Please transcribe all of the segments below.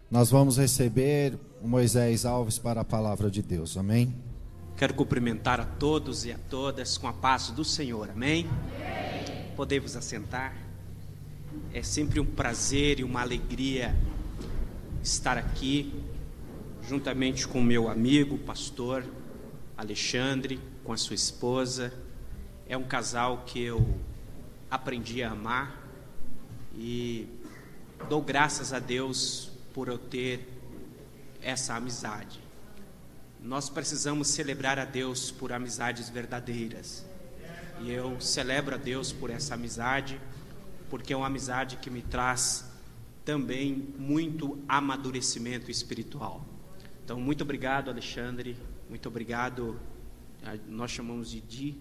Nós vamos receber o Moisés Alves para a palavra de Deus, amém? Quero cumprimentar a todos e a todas com a paz do Senhor, amém? Podemos assentar. É sempre um prazer e uma alegria estar aqui, juntamente com o meu amigo, pastor Alexandre, com a sua esposa. É um casal que eu aprendi a amar e dou graças a Deus por eu ter essa amizade. Nós precisamos celebrar a Deus por amizades verdadeiras. E eu celebro a Deus por essa amizade, porque é uma amizade que me traz também muito amadurecimento espiritual. Então, muito obrigado, Alexandre. Muito obrigado. Nós chamamos de Di,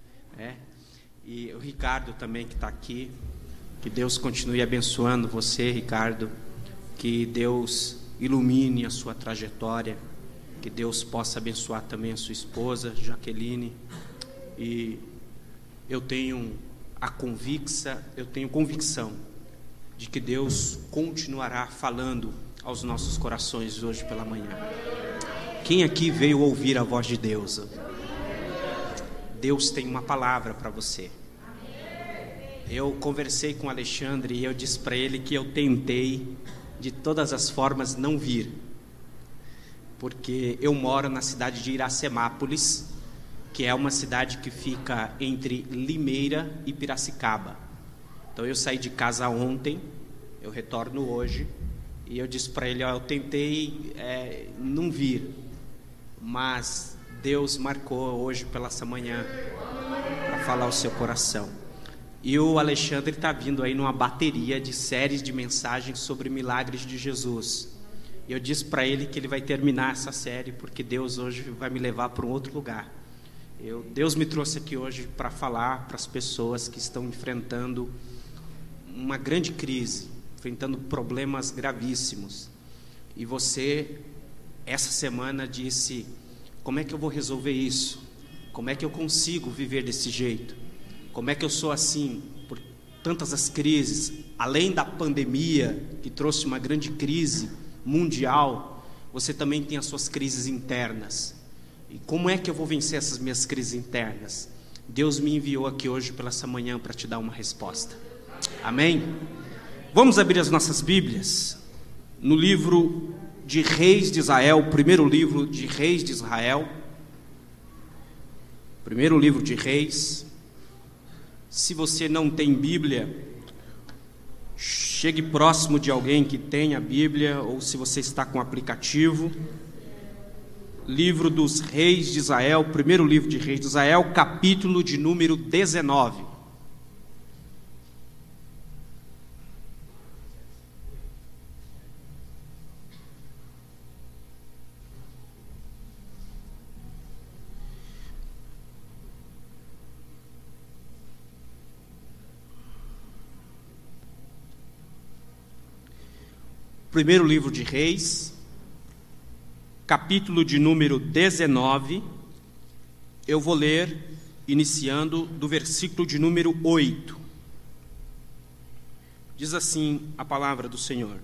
e o Ricardo também que está aqui. Que Deus continue abençoando você, Ricardo. Que Deus ilumine a sua trajetória, que Deus possa abençoar também a sua esposa, Jaqueline. E eu tenho convicção de que Deus continuará falando aos nossos corações hoje pela manhã. Quem aqui veio ouvir a voz de Deus? Deus tem uma palavra para você. Eu conversei com o Alexandre e eu disse para ele que eu tentei de todas as formas não vir, porque eu moro na cidade de Iracemápolis, que é uma cidade que fica entre Limeira e Piracicaba. Então eu saí de casa ontem, eu retorno hoje, e eu disse para ele, eu tentei não vir, mas Deus marcou hoje pela essa manhã para falar ao seu coração. E o Alexandre está vindo aí numa bateria de séries de mensagens sobre milagres de Jesus. E eu disse para ele que ele vai terminar essa série, porque Deus hoje vai me levar para um outro lugar. Deus me trouxe aqui hoje para falar para as pessoas que estão enfrentando uma grande crise, enfrentando problemas gravíssimos. E você, essa semana, disse, como é que eu vou resolver isso? Como é que eu consigo viver desse jeito? Como é que eu sou assim, por tantas as crises, além da pandemia, que trouxe uma grande crise mundial, você também tem as suas crises internas. E como é que eu vou vencer essas minhas crises internas? Deus me enviou aqui hoje pela essa manhã para te dar uma resposta. Amém? Vamos abrir as nossas Bíblias no livro de Reis de Israel, primeiro livro de Reis de Israel, primeiro livro de Reis. Se você não tem Bíblia, chegue próximo de alguém que tenha Bíblia, ou se você está com o aplicativo. Livro dos Reis de Israel, primeiro livro de Reis de Israel, capítulo de número 19. Primeiro livro de Reis, capítulo de número 19, eu vou ler, iniciando do versículo de número 8. Diz assim a palavra do Senhor.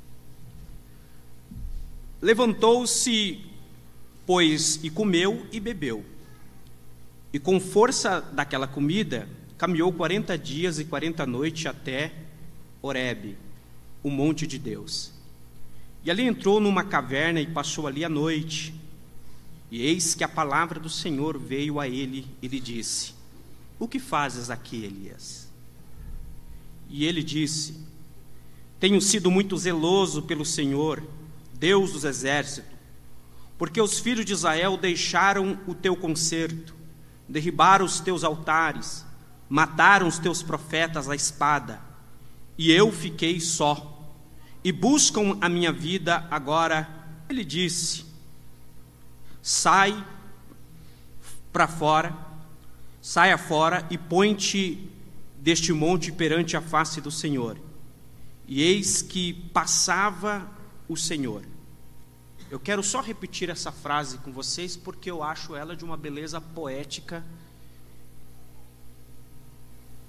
Levantou-se, pois, e comeu e bebeu, e com força daquela comida, caminhou 40 dias e 40 noites até Horebe, o monte de Deus. E ali entrou numa caverna e passou ali a noite. E eis que a palavra do Senhor veio a ele e lhe disse: o que fazes aqui, Elias? E ele disse: tenho sido muito zeloso pelo Senhor, Deus dos exércitos, porque os filhos de Israel deixaram o teu concerto, derribaram os teus altares, mataram os teus profetas à espada, e eu fiquei só. E buscam a minha vida agora. Ele disse: sai para fora, saia fora e põe-te deste monte perante a face do Senhor. E eis que passava o Senhor. Eu quero só repetir essa frase com vocês, porque eu acho ela de uma beleza poética.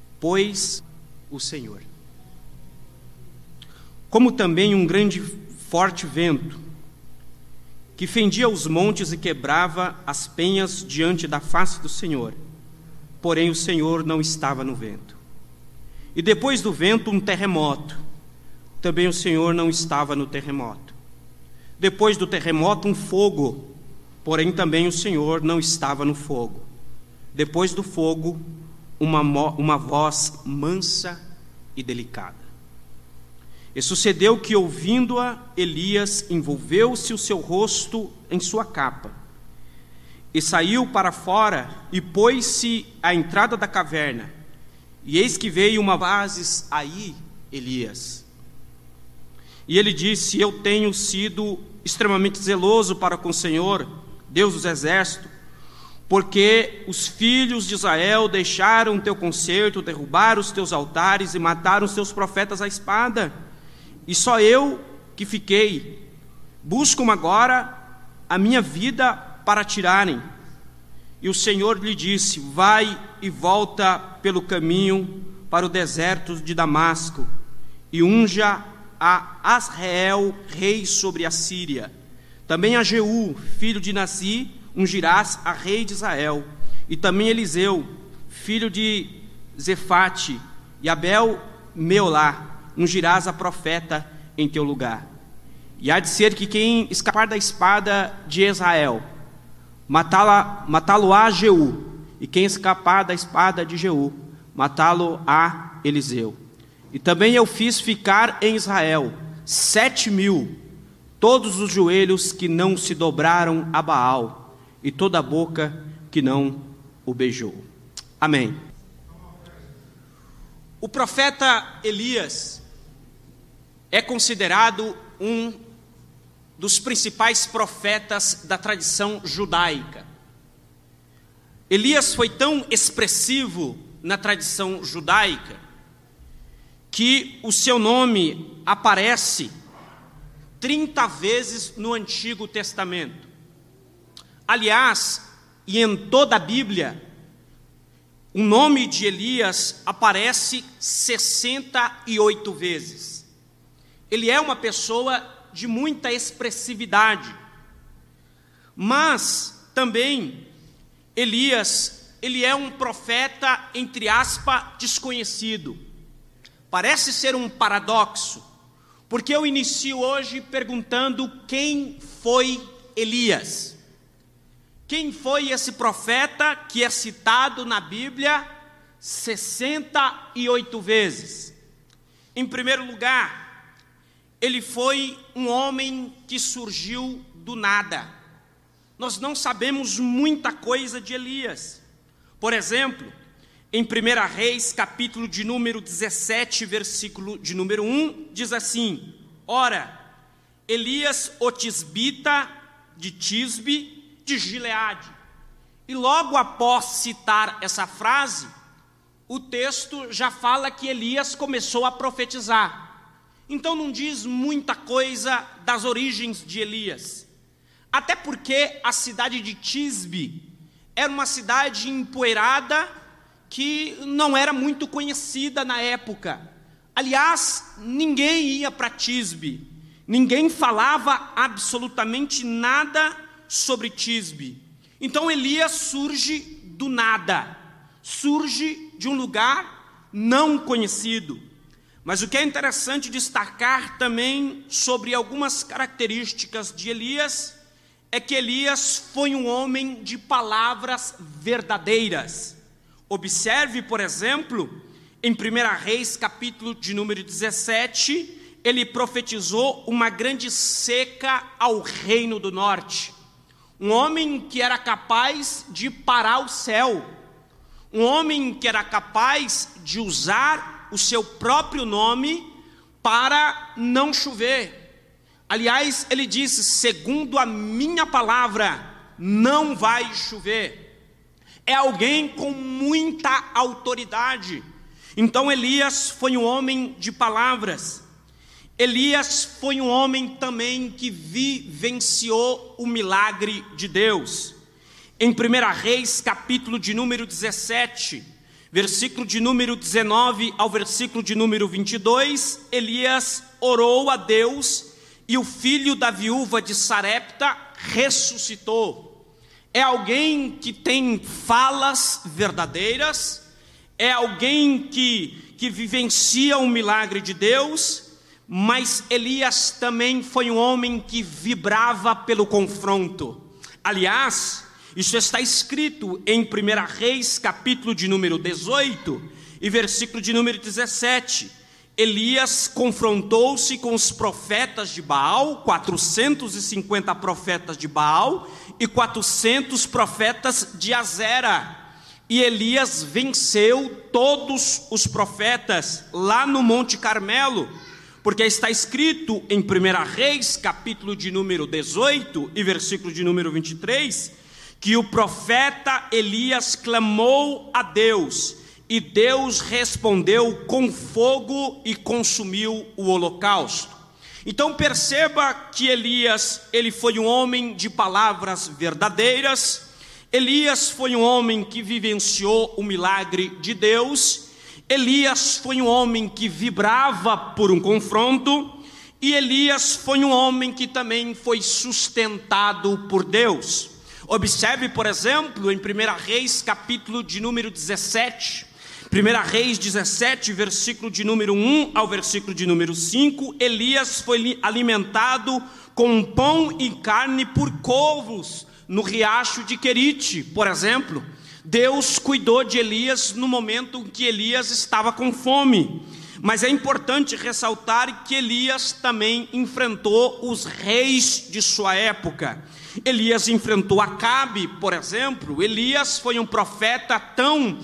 Pois o Senhor. Como também um grande forte vento, que fendia os montes e quebrava as penhas diante da face do Senhor. Porém o Senhor não estava no vento. E depois do vento um terremoto. Também o Senhor não estava no terremoto. Depois do terremoto um fogo. Porém também o Senhor não estava no fogo. Depois do fogo uma voz mansa e delicada. E sucedeu que, ouvindo-a, Elias envolveu-se o seu rosto em sua capa, e saiu para fora, e pôs-se à entrada da caverna. E eis que veio uma voz: aí, Elias. E ele disse: eu tenho sido extremamente zeloso para com o Senhor, Deus dos exércitos, porque os filhos de Israel deixaram o teu concerto, derrubaram os teus altares e mataram os teus profetas à espada. E só eu que fiquei. Buscam agora a minha vida para tirarem. E o Senhor lhe disse: vai e volta pelo caminho para o deserto de Damasco, e unja a Asrael rei sobre a Síria. Também a Jeú, filho de Nassi, ungirás a rei de Israel. E também Eliseu, filho de Zefate, e Abel Meolá, ungirás a profeta em teu lugar. E há de ser que quem escapar da espada de Israel, matá-lo-á Jeú, e quem escapar da espada de Jeú, matá-lo-á Eliseu. E também eu fiz ficar em Israel 7.000, todos os joelhos que não se dobraram a Baal, e toda a boca que não o beijou. Amém. O profeta Elias é considerado um dos principais profetas da tradição judaica. Elias foi tão expressivo na tradição judaica que o seu nome aparece 30 vezes no Antigo Testamento. Aliás, e em toda a Bíblia, o nome de Elias aparece 68 vezes. Ele é uma pessoa de muita expressividade, mas também Elias, ele é um profeta, entre aspas, desconhecido. Parece ser um paradoxo, porque eu inicio hoje perguntando quem foi Elias. Quem foi esse profeta que é citado na Bíblia 68 vezes? Em primeiro lugar, ele foi um homem que surgiu do nada. Nós não sabemos muita coisa de Elias. Por exemplo, em 1 Reis, capítulo de número 17, versículo de número 1, diz assim: ora, Elias o tisbita de Tisbe de Gileade. E logo após citar essa frase, o texto já fala que Elias começou a profetizar. Então não diz muita coisa das origens de Elias. Até porque a cidade de Tisbe era uma cidade empoeirada que não era muito conhecida na época. Aliás, ninguém ia para Tisbe. Ninguém falava absolutamente nada sobre Tisbe. Então Elias surge do nada. Surge de um lugar não conhecido. Mas o que é interessante destacar também sobre algumas características de Elias é que Elias foi um homem de palavras verdadeiras. Observe, por exemplo, em 1 Reis, capítulo de número 17, ele profetizou uma grande seca ao reino do norte. Um homem que era capaz de parar o céu. Um homem que era capaz de usar o seu próprio nome para não chover. Aliás, ele disse: segundo a minha palavra, não vai chover. É alguém com muita autoridade. Então Elias foi um homem de palavras. Elias foi um homem também que vivenciou o milagre de Deus. Em 1 Reis, capítulo de número 17, versículo de número 19 ao versículo de número 22, Elias orou a Deus e o filho da viúva de Sarepta ressuscitou. É alguém que tem falas verdadeiras, é alguém que vivencia um milagre de Deus, mas Elias também foi um homem que vibrava pelo confronto. Aliás, isso está escrito em 1 Reis, capítulo de número 18 e versículo de número 17. Elias confrontou-se com os profetas de Baal, 450 profetas de Baal e 400 profetas de Azera. E Elias venceu todos os profetas lá no Monte Carmelo, porque está escrito em 1 Reis, capítulo de número 18 e versículo de número 23, que o profeta Elias clamou a Deus, e Deus respondeu com fogo e consumiu o holocausto. Então perceba que Elias, ele foi um homem de palavras verdadeiras. Elias foi um homem que vivenciou o milagre de Deus. Elias foi um homem que vibrava por um confronto. E Elias foi um homem que também foi sustentado por Deus. Observe, por exemplo, em 1 Reis, capítulo de número 17. 1 Reis 17, versículo de número 1 ao versículo de número 5. Elias foi alimentado com pão e carne por corvos no riacho de Querite, por exemplo. Deus cuidou de Elias no momento em que Elias estava com fome. Mas é importante ressaltar que Elias também enfrentou os reis de sua época. Elias enfrentou Acabe, por exemplo. Elias foi um profeta tão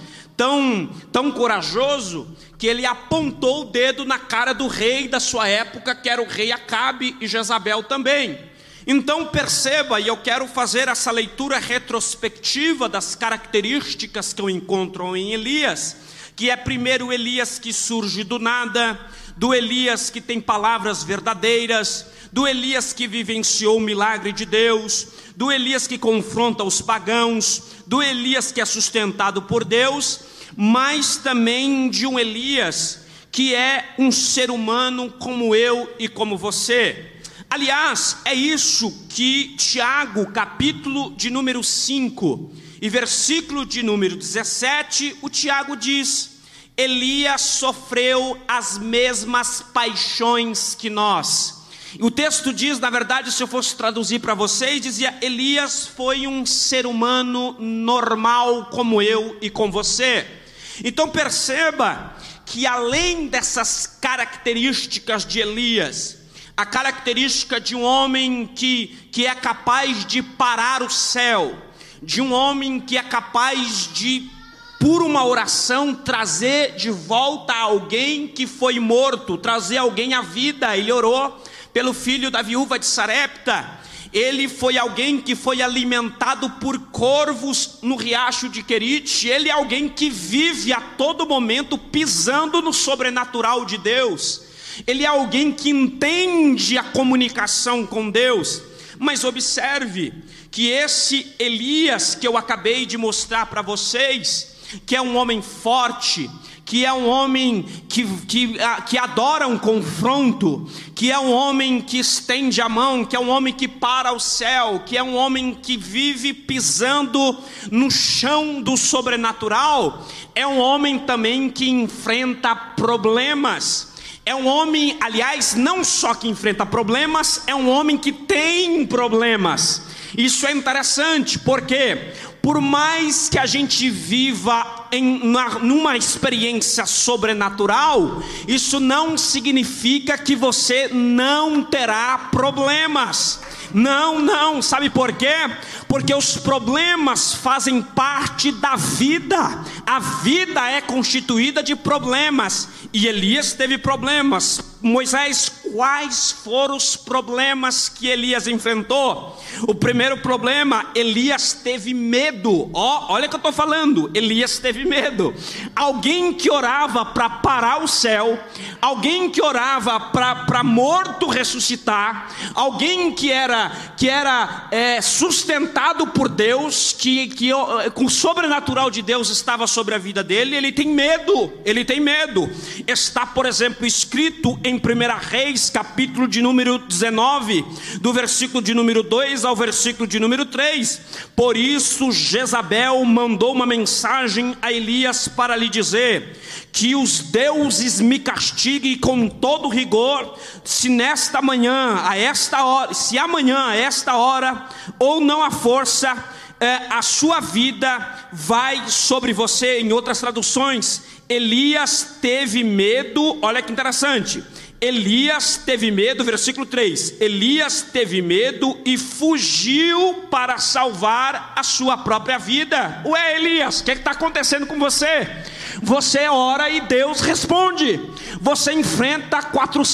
corajoso que ele apontou o dedo na cara do rei da sua época, que era o rei Acabe, e Jezabel também. Então perceba, e eu quero fazer essa leitura retrospectiva das características que eu encontro em Elias, que é primeiro Elias que surge do nada, do Elias que tem palavras verdadeiras, do Elias que vivenciou o milagre de Deus, do Elias que confronta os pagãos, do Elias que é sustentado por Deus, mas também de um Elias que é um ser humano como eu e como você. Aliás, é isso que Tiago, capítulo de número 5 e versículo de número 17, o Tiago diz: Elias sofreu as mesmas paixões que nós. O texto diz, na verdade, se eu fosse traduzir para vocês, dizia: Elias foi um ser humano normal como eu e com você. Então perceba que além dessas características de Elias, a característica de um homem que é capaz de parar o céu, de um homem que é capaz de, por uma oração, trazer de volta alguém que foi morto, trazer alguém à vida. Ele orou pelo filho da viúva de Sarepta. Ele foi alguém que foi alimentado por corvos no riacho de Querite. Ele é alguém que vive a todo momento pisando no sobrenatural de Deus. Ele é alguém que entende a comunicação com Deus. Mas observe que esse Elias que eu acabei de mostrar para vocês, que é um homem forte, que é um homem que adora um confronto, que é um homem que estende a mão, que é um homem que para o céu, que é um homem que vive pisando no chão do sobrenatural, é um homem também que enfrenta problemas. É um homem, aliás, não só que enfrenta problemas, é um homem que tem problemas. Isso é interessante, porque por mais que a gente viva numa experiência sobrenatural, isso não significa que você não terá problemas. Não, sabe por quê? Porque os problemas fazem parte da vida. A vida é constituída de problemas. E Elias teve problemas. Moisés, quais foram os problemas que Elias enfrentou? O primeiro problema, Elias teve medo. Olha o que eu estou falando. Elias teve medo. Alguém que orava para parar o céu, alguém que orava para morto ressuscitar, alguém que era sustentado por Deus, que o sobrenatural de Deus estava sobre a vida dele. Ele tem medo. Está, por exemplo, escrito em em 1 Reis, capítulo de número 19, do versículo de número 2 ao versículo de número 3. Por isso Jezabel mandou uma mensagem a Elias para lhe dizer: que os deuses me castiguem com todo rigor, se nesta manhã, a esta hora, se amanhã, a esta hora, ou não há força, a sua vida vai sobre você. Em outras traduções, Elias teve medo. Olha que interessante, Elias teve medo, versículo 3, Elias teve medo e fugiu para salvar a sua própria vida. Ué, Elias, o que está acontecendo com você? Você ora e Deus responde. Você enfrenta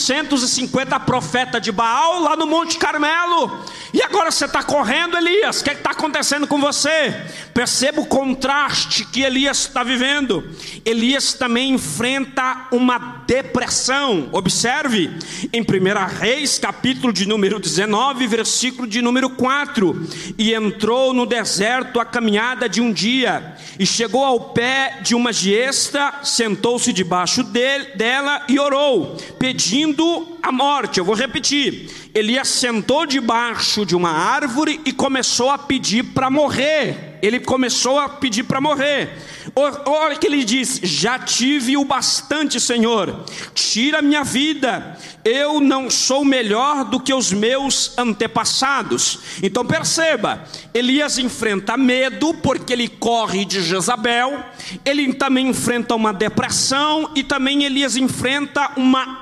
450 profetas de Baal lá no Monte Carmelo, e agora você está correndo, Elias. O que está acontecendo com você? Perceba o contraste que Elias está vivendo. Elias também enfrenta uma depressão. Observe em 1 Reis, capítulo de número 19, versículo de número 4. E entrou no deserto a caminhada de um dia, e chegou ao pé de uma giesta, sentou-se debaixo dela e orou, pedindo a morte. Eu vou repetir. Elias sentou debaixo de uma árvore e começou a pedir para morrer. Ele começou a pedir para morrer. Olha que ele diz: já tive o bastante, Senhor, tira minha vida, eu não sou melhor do que os meus antepassados. Então perceba, Elias enfrenta medo, porque ele corre de Jezabel. Ele também enfrenta uma depressão, e também Elias enfrenta uma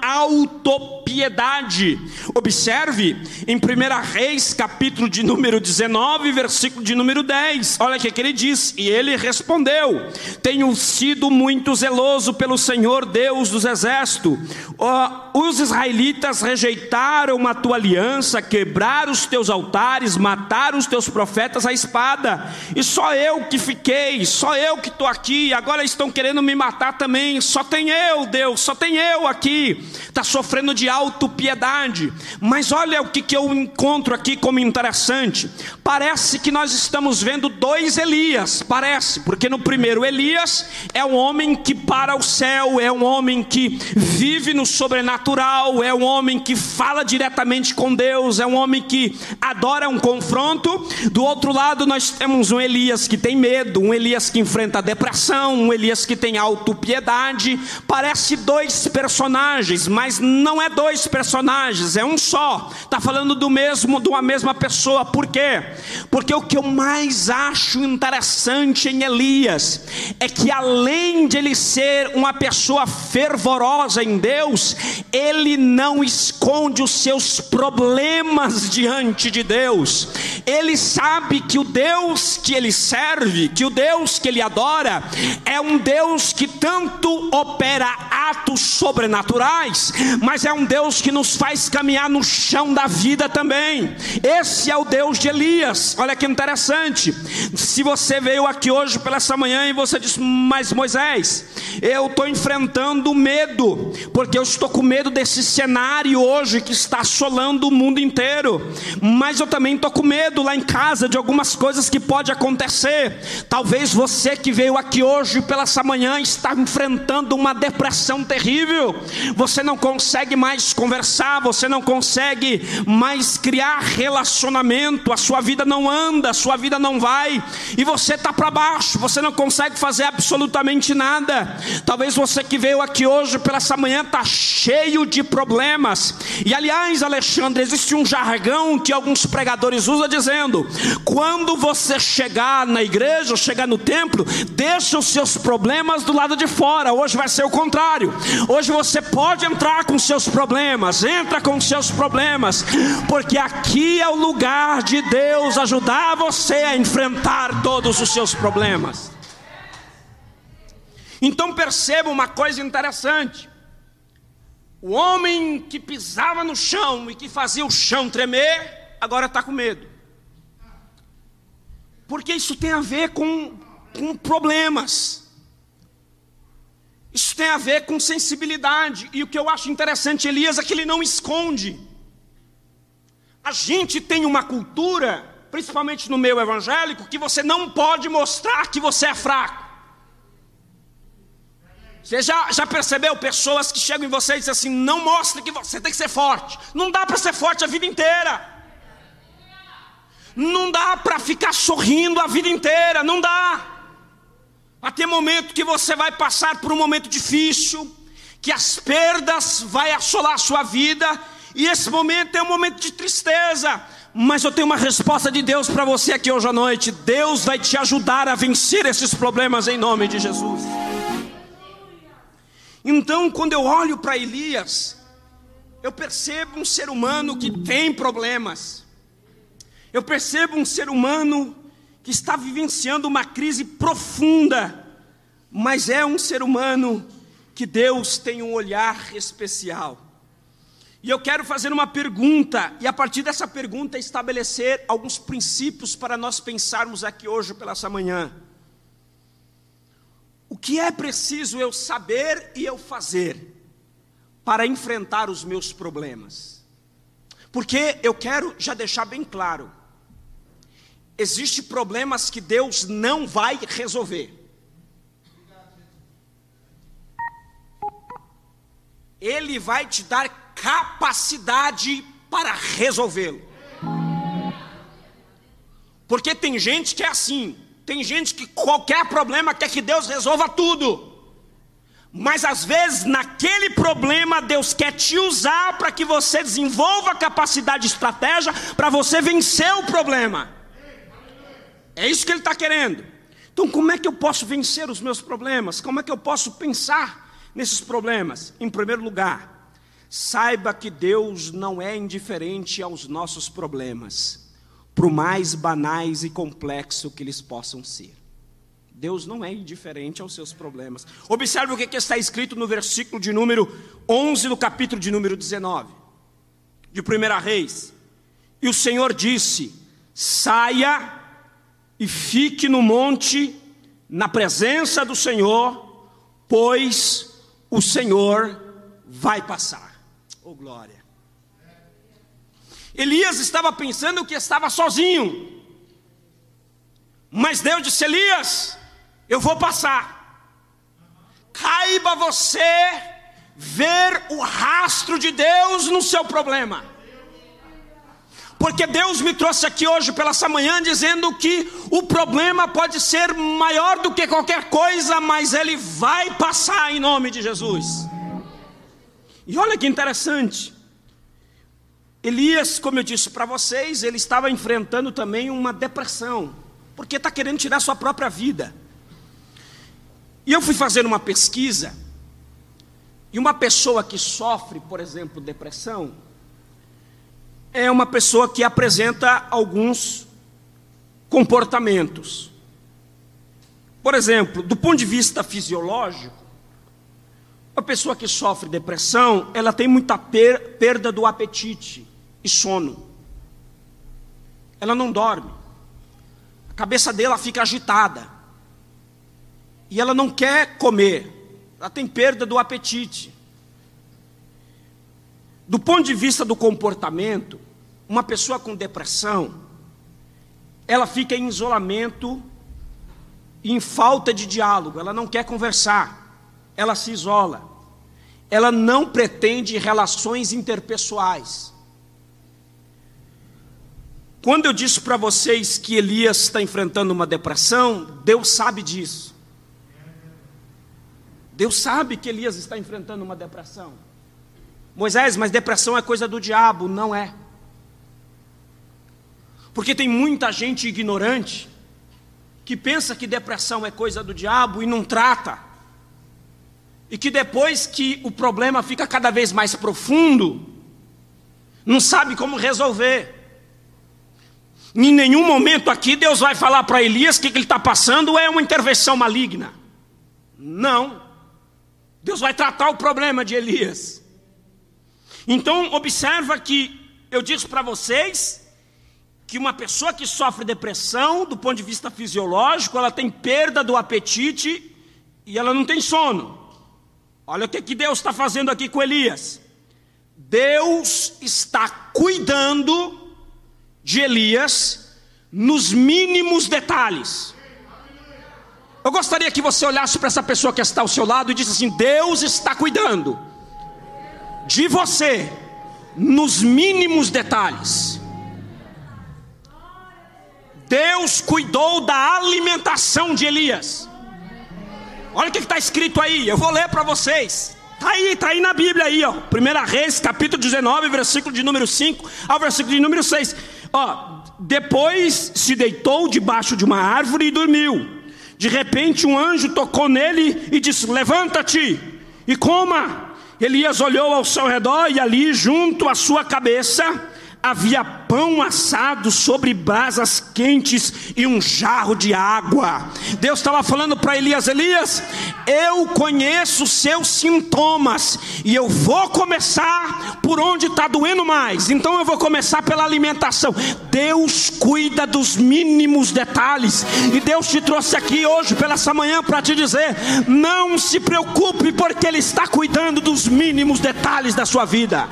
autopiedade. Observe em 1 Reis, capítulo de número 19, versículo de número 10. Olha o que ele diz: e ele respondeu: tenho sido muito zeloso pelo Senhor Deus dos exércitos. Os israelitas rejeitaram a tua aliança, quebraram os teus altares, mataram os teus profetas à espada, e só eu que fiquei, só eu que estou aqui. Agora estão querendo me matar também. Só tem eu, Deus, só tem eu aqui. Está sofrendo de autopiedade. Mas olha o que eu encontro aqui como interessante. Parece que nós estamos vendo dois Elias. Parece, porque no primeiro Elias é um homem que para o céu, é um homem que vive no sobrenatural, é um homem que fala diretamente com Deus, é um homem que adora um confronto. Do outro lado nós temos um Elias que tem medo, um Elias que enfrenta a depressão, um Elias que tem autopiedade. Parece dois personagens, mas não é dois personagens, é um só. Está falando de uma mesma pessoa. Por quê? Porque o que eu mais acho interessante em Elias é que, além de ele ser uma pessoa fervorosa em Deus, ele não esconde os seus problemas diante de Deus. Ele sabe que o Deus que ele serve, que o Deus que ele adora, é um Deus que tanto opera atos sobrenaturais, mas é um Deus que nos faz caminhar no chão da vida também. Esse é o Deus de Elias. Olha que interessante. Se você veio aqui hoje pela essa manhã e você diz: mas Moisés, eu estou enfrentando medo, porque eu estou com medo desse cenário hoje que está assolando o mundo inteiro, mas eu também estou com medo lá em casa de algumas coisas que pode acontecer. Talvez você que veio aqui hoje pela essa manhã está enfrentando uma depressão terrível. Você não consegue mais conversar, você não consegue mais criar relacionamento, a sua vida não anda, a sua vida não vai, e você está para baixo, você não consegue fazer absolutamente nada. Talvez você que veio aqui hoje pela essa manhã está cheio de problemas. E aliás, Alexandre, existe um jargão que alguns pregadores usam dizendo: quando você chegar na igreja, chegar no templo, deixa os seus problemas do lado de fora. Hoje vai ser o contrário. Hoje você pode entrar com seus problemas, entra com seus problemas, porque aqui é o lugar de Deus ajudar você a enfrentar todos os seus problemas. Então perceba uma coisa interessante: o homem que pisava no chão e que fazia o chão tremer, agora está com medo. Porque isso tem a ver com problemas. Isso tem a ver com sensibilidade. E o que eu acho interessante, Elias, é que ele não esconde. A gente tem uma cultura, principalmente no meio evangélico, que você não pode mostrar que você é fraco. Você já percebeu pessoas que chegam em você e dizem assim: não mostre que você tem que ser forte. Não dá para ser forte a vida inteira. Não dá para ficar sorrindo a vida inteira, não dá. Vai ter momento que você vai passar por um momento difícil, que as perdas vai assolar a sua vida, e esse momento é um momento de tristeza. Mas eu tenho uma resposta de Deus para você aqui hoje à noite. Deus vai te ajudar a vencer esses problemas em nome de Jesus. Então, quando eu olho para Elias, eu percebo um ser humano que tem problemas. Eu percebo um ser humano que está vivenciando uma crise profunda, mas é um ser humano que Deus tem um olhar especial. E eu quero fazer uma pergunta, e a partir dessa pergunta estabelecer alguns princípios para nós pensarmos aqui hoje pela essa manhã. O que é preciso eu saber e eu fazer para enfrentar os meus problemas? Porque eu quero já deixar bem claro, existem problemas que Deus não vai resolver. Ele vai te dar capacidade para resolvê-lo. Porque tem gente que é assim. Tem gente que qualquer problema quer que Deus resolva tudo. Mas às vezes naquele problema Deus quer te usar para que você desenvolva capacidade e estratégia para você vencer o problema. É isso que Ele está querendo. Então como é que eu posso vencer os meus problemas? Como é que eu posso pensar nesses problemas? Em primeiro lugar, saiba que Deus não é indiferente aos nossos problemas, por mais banais e complexos que eles possam ser. Deus não é indiferente aos seus problemas. Observe o que está escrito no versículo de número 11 do capítulo de número 19 de 1 Reis. E o Senhor disse: saia e fique no monte na presença do Senhor, pois o Senhor vai passar. Oh glória! Elias estava pensando que estava sozinho, mas Deus disse: Elias, eu vou passar. Caiba você ver o rastro de Deus no seu problema. Porque Deus me trouxe aqui hoje pela essa manhã dizendo que o problema pode ser maior do que qualquer coisa, mas ele vai passar em nome de Jesus. E olha que interessante. Elias, como eu disse para vocês, ele estava enfrentando também uma depressão, porque está querendo tirar sua própria vida. E eu fui fazer uma pesquisa, e uma pessoa que sofre, por exemplo, depressão, é uma pessoa que apresenta alguns comportamentos. Por exemplo, do ponto de vista fisiológico, a pessoa que sofre depressão, ela tem muita perda do apetite e sono. Ela não dorme. A cabeça dela fica agitada. E ela não quer comer. Ela tem perda do apetite. Do ponto de vista do comportamento, uma pessoa com depressão, ela fica em isolamento e em falta de diálogo. Ela não quer conversar. Ela se isola. Ela não pretende relações interpessoais. Quando eu disse para vocês que Elias está enfrentando uma depressão, Deus sabe disso. Deus sabe que Elias está enfrentando uma depressão. Moisés, mas depressão é coisa do diabo. Não é. Porque tem muita gente ignorante que pensa que depressão é coisa do diabo e não trata. E que depois que o problema fica cada vez mais profundo, não sabe como resolver. Em nenhum momento aqui Deus vai falar para Elias que ele está passando é uma intervenção maligna. Não. Deus vai tratar o problema de Elias. Então observa que eu disse para vocês que uma pessoa que sofre depressão, do ponto de vista fisiológico, ela tem perda do apetite e ela não tem sono. Olha o que Deus está fazendo aqui com Elias. Deus está cuidando de Elias nos mínimos detalhes. Eu gostaria que você olhasse para essa pessoa que está ao seu lado e disse assim: Deus está cuidando de você nos mínimos detalhes. Deus cuidou da alimentação de Elias. Olha o que está escrito aí, eu vou ler para vocês. Está aí na Bíblia aí, ó. 1 Reis, capítulo 19, versículo de número 5 ao versículo de número 6. Ó, depois se deitou debaixo de uma árvore e dormiu. De repente um anjo tocou nele e disse: levanta-te e coma. Elias olhou ao seu redor e ali junto à sua cabeça havia pão assado sobre brasas quentes e um jarro de água. Deus estava falando para Elias: Elias, eu conheço seus sintomas e eu vou começar por onde está doendo mais. Então eu vou começar pela alimentação. Deus cuida dos mínimos detalhes, e Deus te trouxe aqui hoje pela essa manhã para te dizer: não se preocupe, porque Ele está cuidando dos mínimos detalhes da sua vida.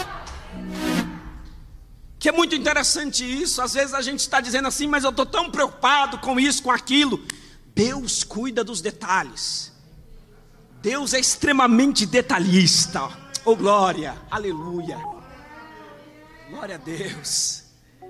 Que é muito interessante isso. Às vezes a gente está dizendo assim: mas eu estou tão preocupado com isso, com aquilo. Deus cuida dos detalhes. Deus é extremamente detalhista. Oh glória, aleluia, glória a Deus.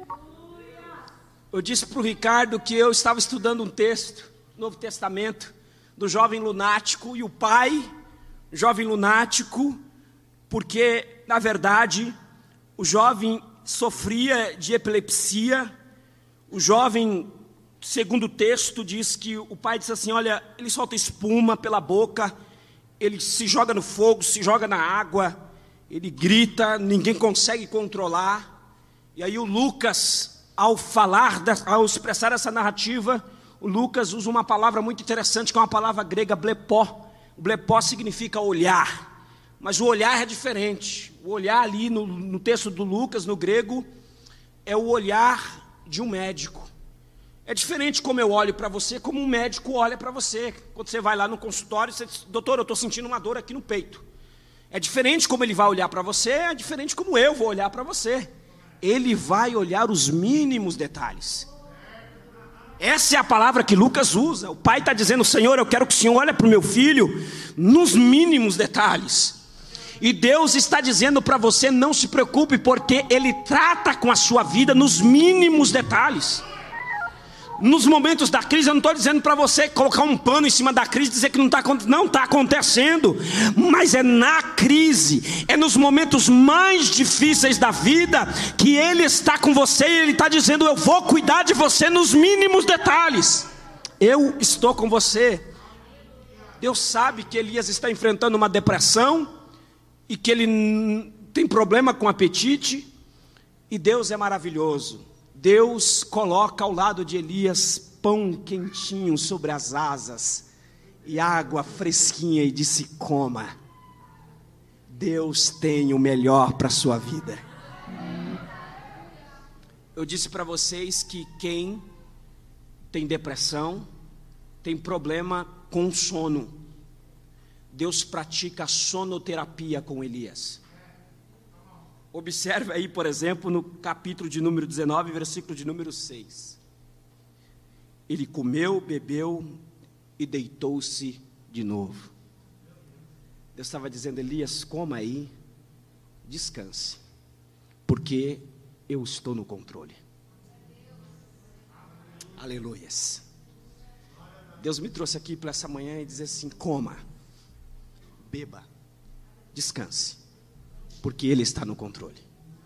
Eu disse para o Ricardo que eu estava estudando um texto, Novo Testamento, do jovem lunático. E o pai, jovem lunático, porque na verdade o jovem sofria de epilepsia. O jovem, segundo o texto, diz que o pai disse assim: olha, ele solta espuma pela boca, ele se joga no fogo, se joga na água, ele grita, ninguém consegue controlar. E aí o Lucas, ao expressar essa narrativa, o Lucas usa uma palavra muito interessante, que é uma palavra grega, blepó. O blepó significa olhar. Mas o olhar é diferente. O olhar ali no texto do Lucas, no grego, é o olhar de um médico. É diferente como eu olho para você, como um médico olha para você. Quando você vai lá no consultório, você diz: doutor, eu estou sentindo uma dor aqui no peito. É diferente como ele vai olhar para você, é diferente como eu vou olhar para você. Ele vai olhar os mínimos detalhes. Essa é a palavra que Lucas usa. O pai está dizendo: Senhor, eu quero que o Senhor olhe para o meu filho nos mínimos detalhes. E Deus está dizendo para você: não se preocupe, porque Ele trata com a sua vida nos mínimos detalhes. Nos momentos da crise, eu não estou dizendo para você colocar um pano em cima da crise e dizer que não está acontecendo. Mas é na crise, é nos momentos mais difíceis da vida, que Ele está com você e Ele está dizendo: eu vou cuidar de você nos mínimos detalhes. Eu estou com você. Deus sabe que Elias está enfrentando uma depressão e que ele tem problema com apetite, e Deus é maravilhoso. Deus coloca ao lado de Elias pão quentinho sobre as asas e água fresquinha e disse: coma. Deus tem o melhor para a sua vida. Eu disse para vocês que quem tem depressão tem problema com sono. Deus pratica sonoterapia com Elias. Observe aí, por exemplo, no capítulo de número 19, versículo de número 6. Ele comeu, bebeu e deitou-se de novo. Deus estava dizendo: Elias, coma aí, descanse, porque eu estou no controle. Aleluias. Deus me trouxe aqui para essa manhã e dizer assim: coma, beba, descanse, porque Ele está no controle.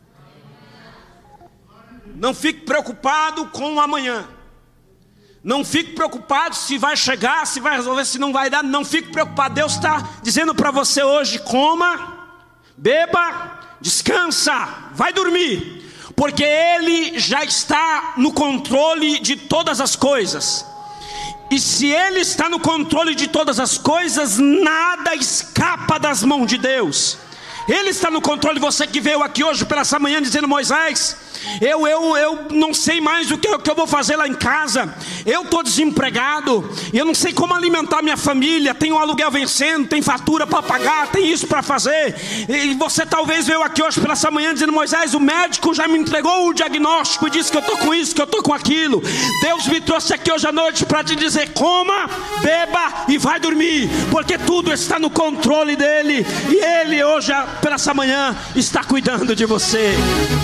Não fique preocupado com o amanhã. Não fique preocupado se vai chegar, se vai resolver, se não vai dar. Não fique preocupado. Deus está dizendo para você hoje: coma, beba, descansa, vai dormir, porque Ele já está no controle de todas as coisas. E se Ele está no controle de todas as coisas, nada escapa das mãos de Deus. Ele está no controle. Você que veio aqui hoje pela essa manhã dizendo: Moisés, eu não sei mais o que eu vou fazer lá em casa, eu estou desempregado, eu não sei como alimentar minha família, tem o aluguel vencendo, tem fatura para pagar, tem isso para fazer. E você talvez veio aqui hoje pela manhã dizendo: Moisés, o médico já me entregou o diagnóstico e disse que eu estou com isso, que eu estou com aquilo. Deus me trouxe aqui hoje à noite para te dizer: coma, beba e vai dormir, porque tudo está no controle dele, e ele hoje pela manhã está cuidando de você.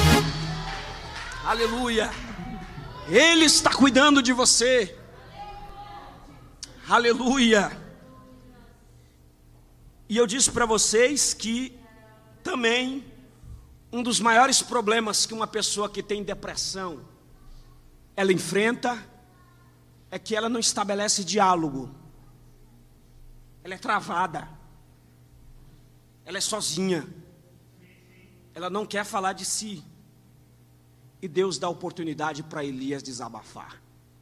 Aleluia. Ele está cuidando de você. Aleluia. E eu disse para vocês que também um dos maiores problemas que uma pessoa que tem depressão ela enfrenta é que ela não estabelece diálogo. Ela é travada. Ela é sozinha. Ela não quer falar de si. E Deus dá oportunidade para Elias desabafar.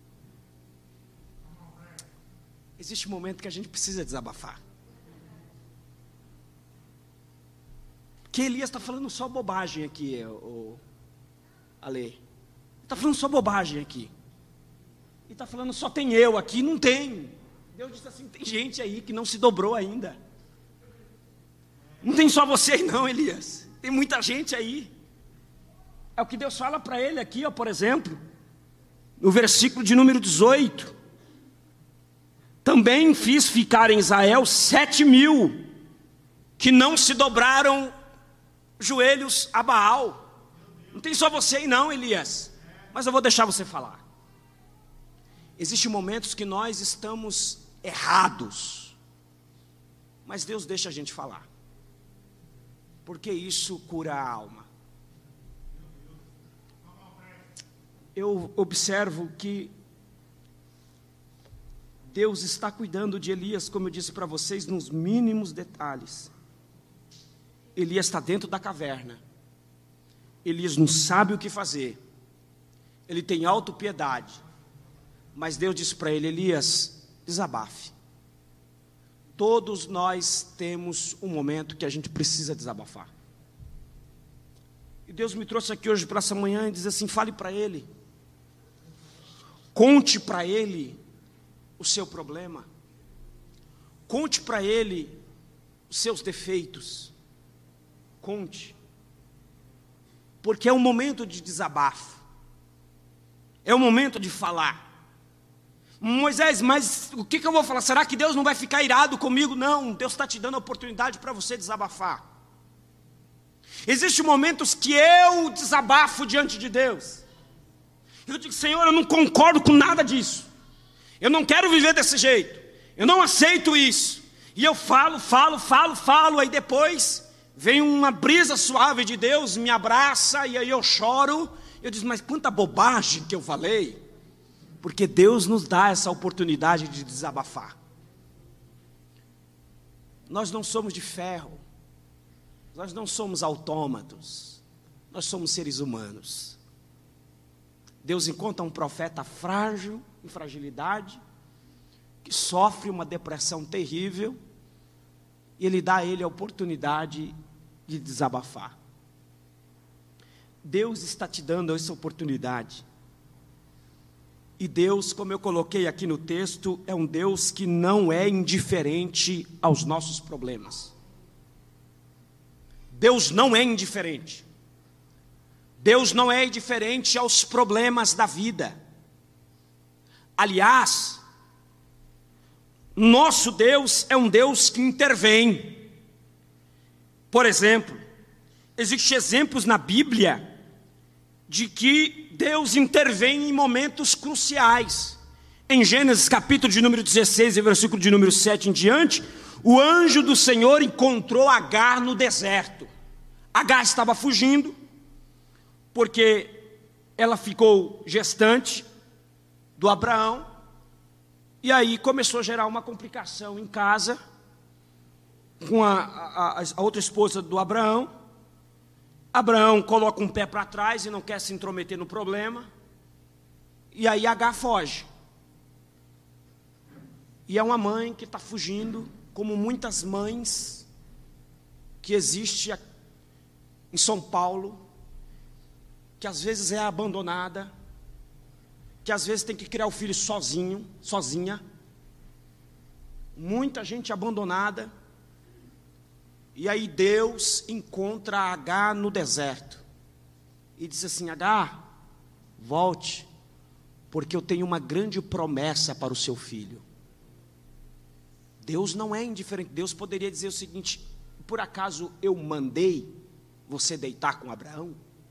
Existe um momento que a gente precisa desabafar. Porque Elias está falando só bobagem aqui, Ale. Está falando só bobagem aqui. E está falando só tem eu aqui, não tem. Deus disse assim: tem gente aí que não se dobrou ainda. Não tem só você aí não, Elias. Tem muita gente aí. É o que Deus fala para ele aqui, ó, por exemplo, no versículo de número 18. Também fiz ficar em Israel 7.000 que não se dobraram joelhos a Baal. Não tem só você aí não, Elias. Mas eu vou deixar você falar. Existem momentos que nós estamos errados, mas Deus deixa a gente falar, porque isso cura a alma. Eu observo que Deus está cuidando de Elias, como eu disse para vocês, nos mínimos detalhes. Elias está dentro da caverna. Elias não sabe o que fazer. Ele tem autopiedade. Mas Deus disse para ele: Elias, desabafe. Todos nós temos um momento que a gente precisa desabafar. E Deus me trouxe aqui hoje para essa manhã e diz assim: fale para ele. Conte para ele o seu problema. Conte para ele os seus defeitos. Conte. Porque é um momento de desabafo. É um momento de falar. Moisés, mas o que eu vou falar? Será que Deus não vai ficar irado comigo? Não, Deus está te dando a oportunidade para você desabafar. Existem momentos que eu desabafo diante de Deus. Eu digo: Senhor, eu não concordo com nada disso. Eu não quero viver desse jeito. Eu não aceito isso. E eu falo. Aí depois vem uma brisa suave de Deus, me abraça, e aí eu choro. Eu digo: mas quanta bobagem que eu falei. Porque Deus nos dá essa oportunidade de desabafar. Nós não somos de ferro. Nós não somos autômatos. Nós somos seres humanos. Deus encontra um profeta frágil, em fragilidade, que sofre uma depressão terrível, e Ele dá a ele a oportunidade de desabafar. Deus está te dando essa oportunidade. E Deus, como eu coloquei aqui no texto, é um Deus que não é indiferente aos nossos problemas. Deus não é indiferente. Deus não é indiferente aos problemas da vida. Aliás, nosso Deus é um Deus que intervém. Por exemplo, existem exemplos na Bíblia de que Deus intervém em momentos cruciais. Em Gênesis capítulo de número 16 e versículo de número 7 em diante, o anjo do Senhor encontrou Agar no deserto. Agar estava fugindo, porque ela ficou gestante do Abraão, e aí começou a gerar uma complicação em casa, com a outra esposa do Abraão. Abraão coloca um pé para trás e não quer se intrometer no problema, e aí Agar foge. E é uma mãe que está fugindo, como muitas mães que existem em São Paulo, que às vezes é abandonada, que às vezes tem que criar o filho sozinho, sozinha. Muita gente abandonada. E aí Deus encontra Agar no deserto e diz assim: Agar, volte, porque eu tenho uma grande promessa para o seu filho. Deus não é indiferente. Deus poderia dizer o seguinte: por acaso eu mandei você deitar com Abraão?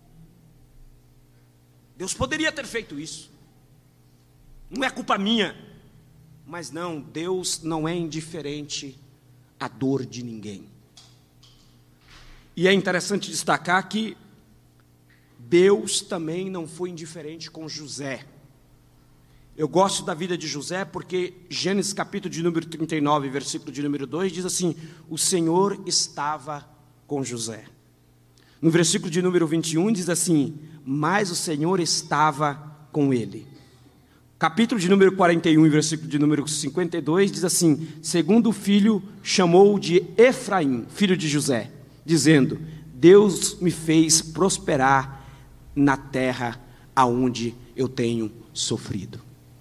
Deus poderia ter feito isso. Não é culpa minha. Mas não, Deus não é indiferente à dor de ninguém. E é interessante destacar que Deus também não foi indiferente com José. Eu gosto da vida de José porque Gênesis capítulo de número 39, versículo de número 2, diz assim: o Senhor estava com José. No versículo de número 21 diz assim: mas o Senhor estava com ele. Capítulo de número 41, versículo de número 52, diz assim: segundo filho chamou de Efraim, filho de José, dizendo: Deus me fez prosperar na terra aonde eu tenho sofrido.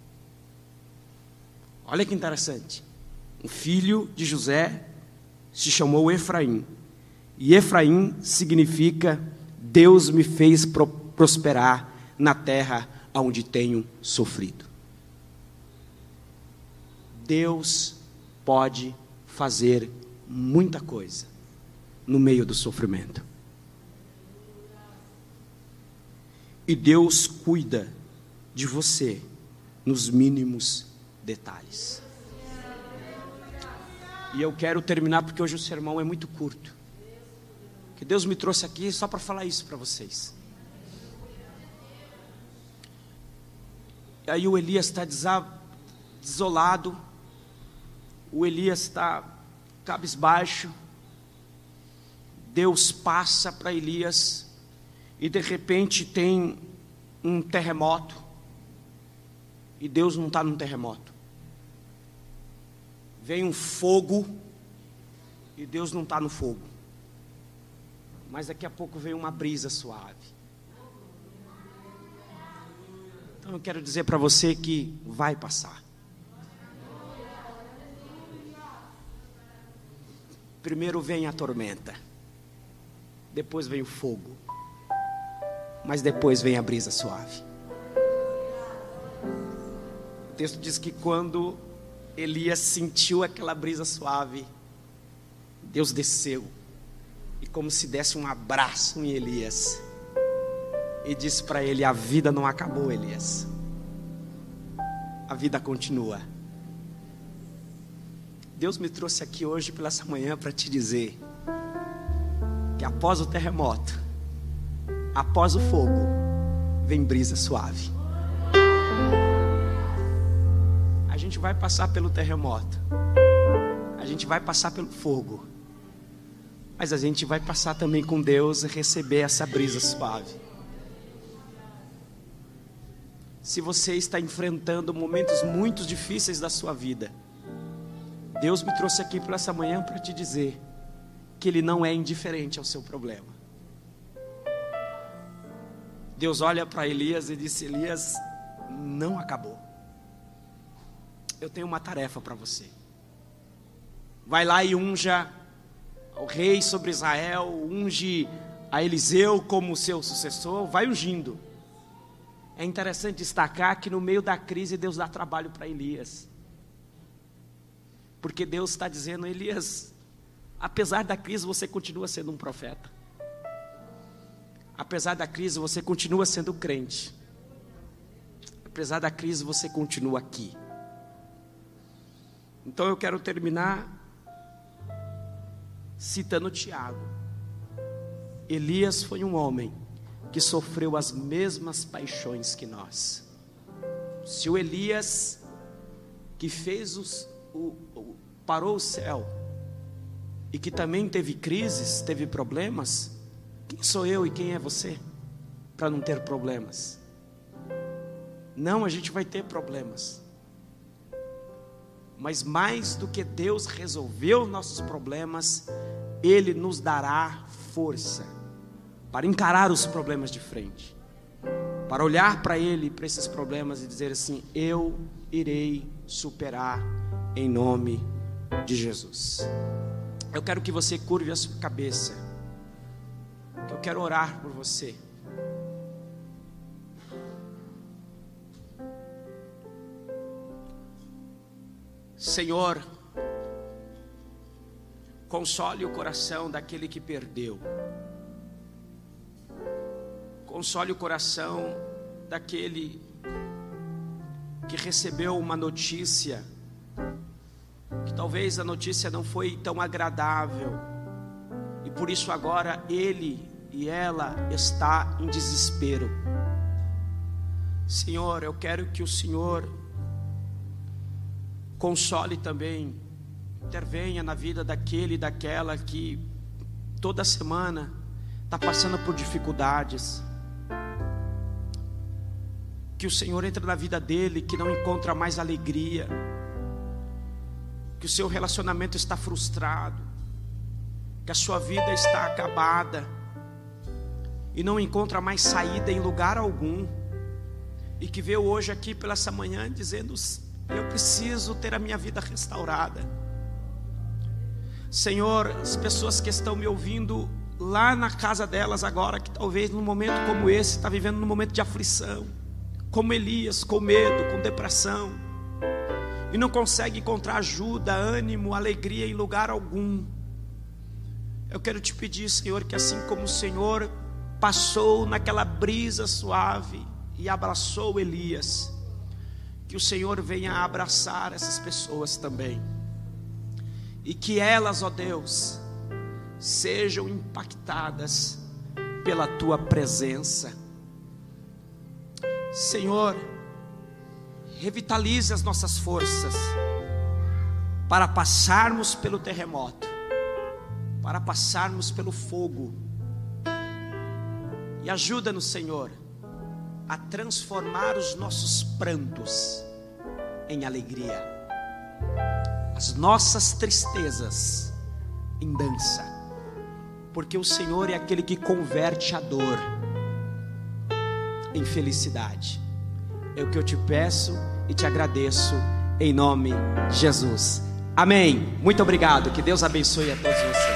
Olha que interessante. O filho de José se chamou Efraim. E Efraim significa: Deus me fez prosperar na terra aonde tenho sofrido. Deus pode fazer muita coisa no meio do sofrimento. E Deus cuida de você nos mínimos detalhes. E eu quero terminar porque hoje o sermão é muito curto. Que Deus me trouxe aqui só para falar isso para vocês. E aí o Elias está desolado. O Elias está cabisbaixo. Deus passa para Elias e de repente tem um terremoto. E Deus não está num terremoto. Vem um fogo e Deus não está no fogo. Mas daqui a pouco vem uma brisa suave. Então eu quero dizer para você que vai passar. Primeiro vem a tormenta, depois vem o fogo, mas depois vem a brisa suave. O texto diz que quando Elias sentiu aquela brisa suave, Deus desceu, e como se desse um abraço em Elias, e disse para ele: a vida não acabou, Elias, a vida continua. Deus me trouxe aqui hoje pela essa manhã para te dizer que após o terremoto, após o fogo, vem brisa suave. A gente vai passar pelo terremoto, a gente vai passar pelo fogo, mas a gente vai passar também com Deus e receber essa brisa suave. Se você está enfrentando momentos muito difíceis da sua vida, Deus me trouxe aqui para essa manhã para te dizer que Ele não é indiferente ao seu problema. Deus olha para Elias e disse: Elias, não acabou. Eu tenho uma tarefa para você. Vai lá e unja o rei sobre Israel, unge a Eliseu como seu sucessor, vai ungindo. É interessante destacar que no meio da crise Deus dá trabalho para Elias. Porque Deus está dizendo: Elias, apesar da crise você continua sendo um profeta. Apesar da crise você continua sendo crente. Apesar da crise você continua aqui. Então eu quero terminar citando Tiago. Elias foi um homem que sofreu as mesmas paixões que nós. Se o Elias, que fez parou o céu, e que também teve crises, teve problemas, quem sou eu e quem é você para não ter problemas? Não, a gente vai ter problemas, mas mais do que Deus resolver nossos problemas, Ele nos dará força para encarar os problemas de frente. para olhar para ele, para esses problemas e dizer assim: eu irei superar em nome de Jesus. Eu quero que você curve a sua cabeça, que eu quero orar por você. Senhor, console o coração daquele que perdeu. Console o coração daquele que recebeu uma notícia, que talvez a notícia não foi tão agradável, e por isso agora ele e ela está em desespero. Senhor, eu quero que o Senhor console também, intervenha na vida daquele e daquela que toda semana está passando por dificuldades. Que o Senhor entre na vida dele, que não encontra mais alegria, que o seu relacionamento está frustrado, que a sua vida está acabada e não encontra mais saída em lugar algum, e que veio hoje aqui pela essa manhã dizendo: eu preciso ter a minha vida restaurada. Senhor, as pessoas que estão me ouvindo lá na casa delas agora, que talvez num momento como esse está vivendo num momento de aflição, como Elias, com medo, com depressão, e não consegue encontrar ajuda, ânimo, alegria em lugar algum. Eu quero te pedir, Senhor, que assim como o Senhor passou naquela brisa suave e abraçou Elias, que o Senhor venha abraçar essas pessoas também, e que elas, ó Deus, sejam impactadas pela tua presença. Senhor, revitalize as nossas forças para passarmos pelo terremoto, para passarmos pelo fogo, e ajuda-nos, Senhor, a transformar os nossos prantos em alegria, as nossas tristezas em dança, porque o Senhor é aquele que converte a dor em felicidade. É o que eu te peço e te agradeço em nome de Jesus. Amém. Muito obrigado. Que Deus abençoe a todos vocês.